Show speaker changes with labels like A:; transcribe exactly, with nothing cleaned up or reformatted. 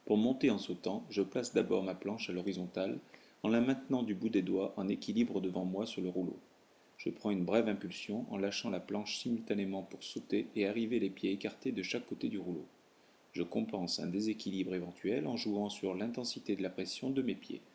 A: Pour monter en sautant, je place d'abord ma planche à l'horizontale en la maintenant du bout des doigts en équilibre devant moi sur le rouleau. Je prends une brève impulsion en lâchant la planche simultanément pour sauter et arriver les pieds écartés de chaque côté du rouleau. Je compense un déséquilibre éventuel en jouant sur l'intensité de la pression de mes pieds.